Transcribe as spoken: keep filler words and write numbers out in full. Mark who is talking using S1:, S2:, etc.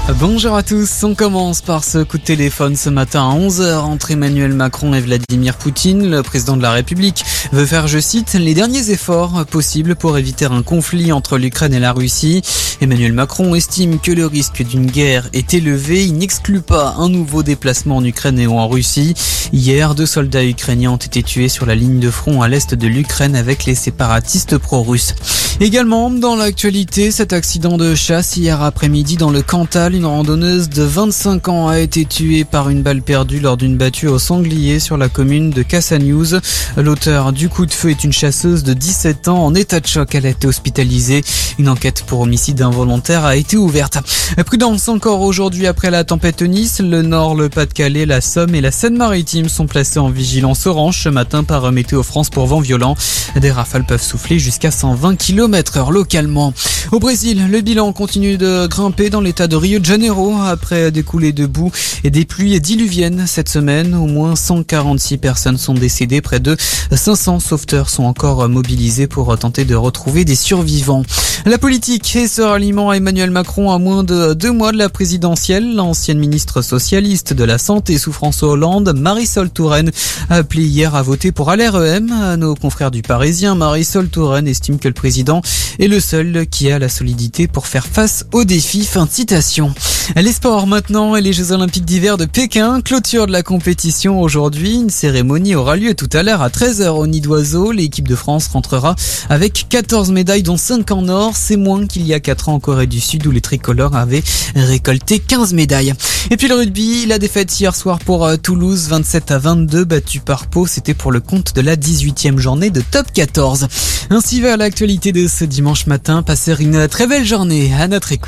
S1: Bonjour à tous, on commence par ce coup de téléphone ce matin à onze heures entre Emmanuel Macron et Vladimir Poutine. Le président de la République veut faire, je cite, les derniers efforts possibles pour éviter un conflit entre l'Ukraine et la Russie. Emmanuel Macron estime que le risque d'une guerre est élevé. Il n'exclut pas un nouveau déplacement en Ukraine et en Russie. Hier, deux soldats ukrainiens ont été tués sur la ligne de front à l'est de l'Ukraine avec les séparatistes pro-russes. Également, dans l'actualité, cet accident de chasse hier après-midi dans le Cantal. Une randonneuse de vingt-cinq ans a été tuée par une balle perdue lors d'une battue au sanglier sur la commune de Cassagnouz. L'auteur du coup de feu est une chasseuse de dix-sept ans en état de choc. Elle a été hospitalisée. Une enquête pour homicide involontaire a été ouverte. Prudence encore aujourd'hui après la tempête Nice. Le Nord, le Pas-de-Calais, la Somme et la Seine-Maritime sont placés en vigilance orange ce matin par Météo France pour vent violent. Des rafales peuvent souffler jusqu'à cent vingt kilomètres heure localement. Au Brésil, le bilan continue de grimper dans l'état de Rio de Janeiro après des coulées de boue et des pluies diluviennes cette semaine. Au moins cent quarante-six personnes sont décédées. Près de cinq cents sauveteurs sont encore mobilisés pour tenter de retrouver des survivants. La politique et ce ralliement à Emmanuel Macron à moins de deux mois de la présidentielle. L'ancienne ministre socialiste de la Santé sous François Hollande, Marisol Touraine, a appelé hier à voter pour L R E M. À nos confrères du Parisien, Marisol Touraine estime que le président est le seul qui a la solidité pour faire face aux défis. Fin de citation. Les sports maintenant et les Jeux Olympiques d'hiver de Pékin. Clôture de la compétition aujourd'hui. Une cérémonie aura lieu tout à l'heure à treize heures au Nid d'Oiseau. L'équipe de France rentrera avec quatorze médailles dont cinq en or. C'est moins qu'il y a quatre ans en Corée du Sud où les tricolores avaient récolté quinze médailles. Et puis le rugby, la défaite hier soir pour Toulouse, vingt-sept à vingt-deux, battue par Pau. C'était pour le compte de la dix-huitième journée de top quatorze. Ainsi va l'actualité de ce dimanche matin. Passez une très belle journée à notre écoute.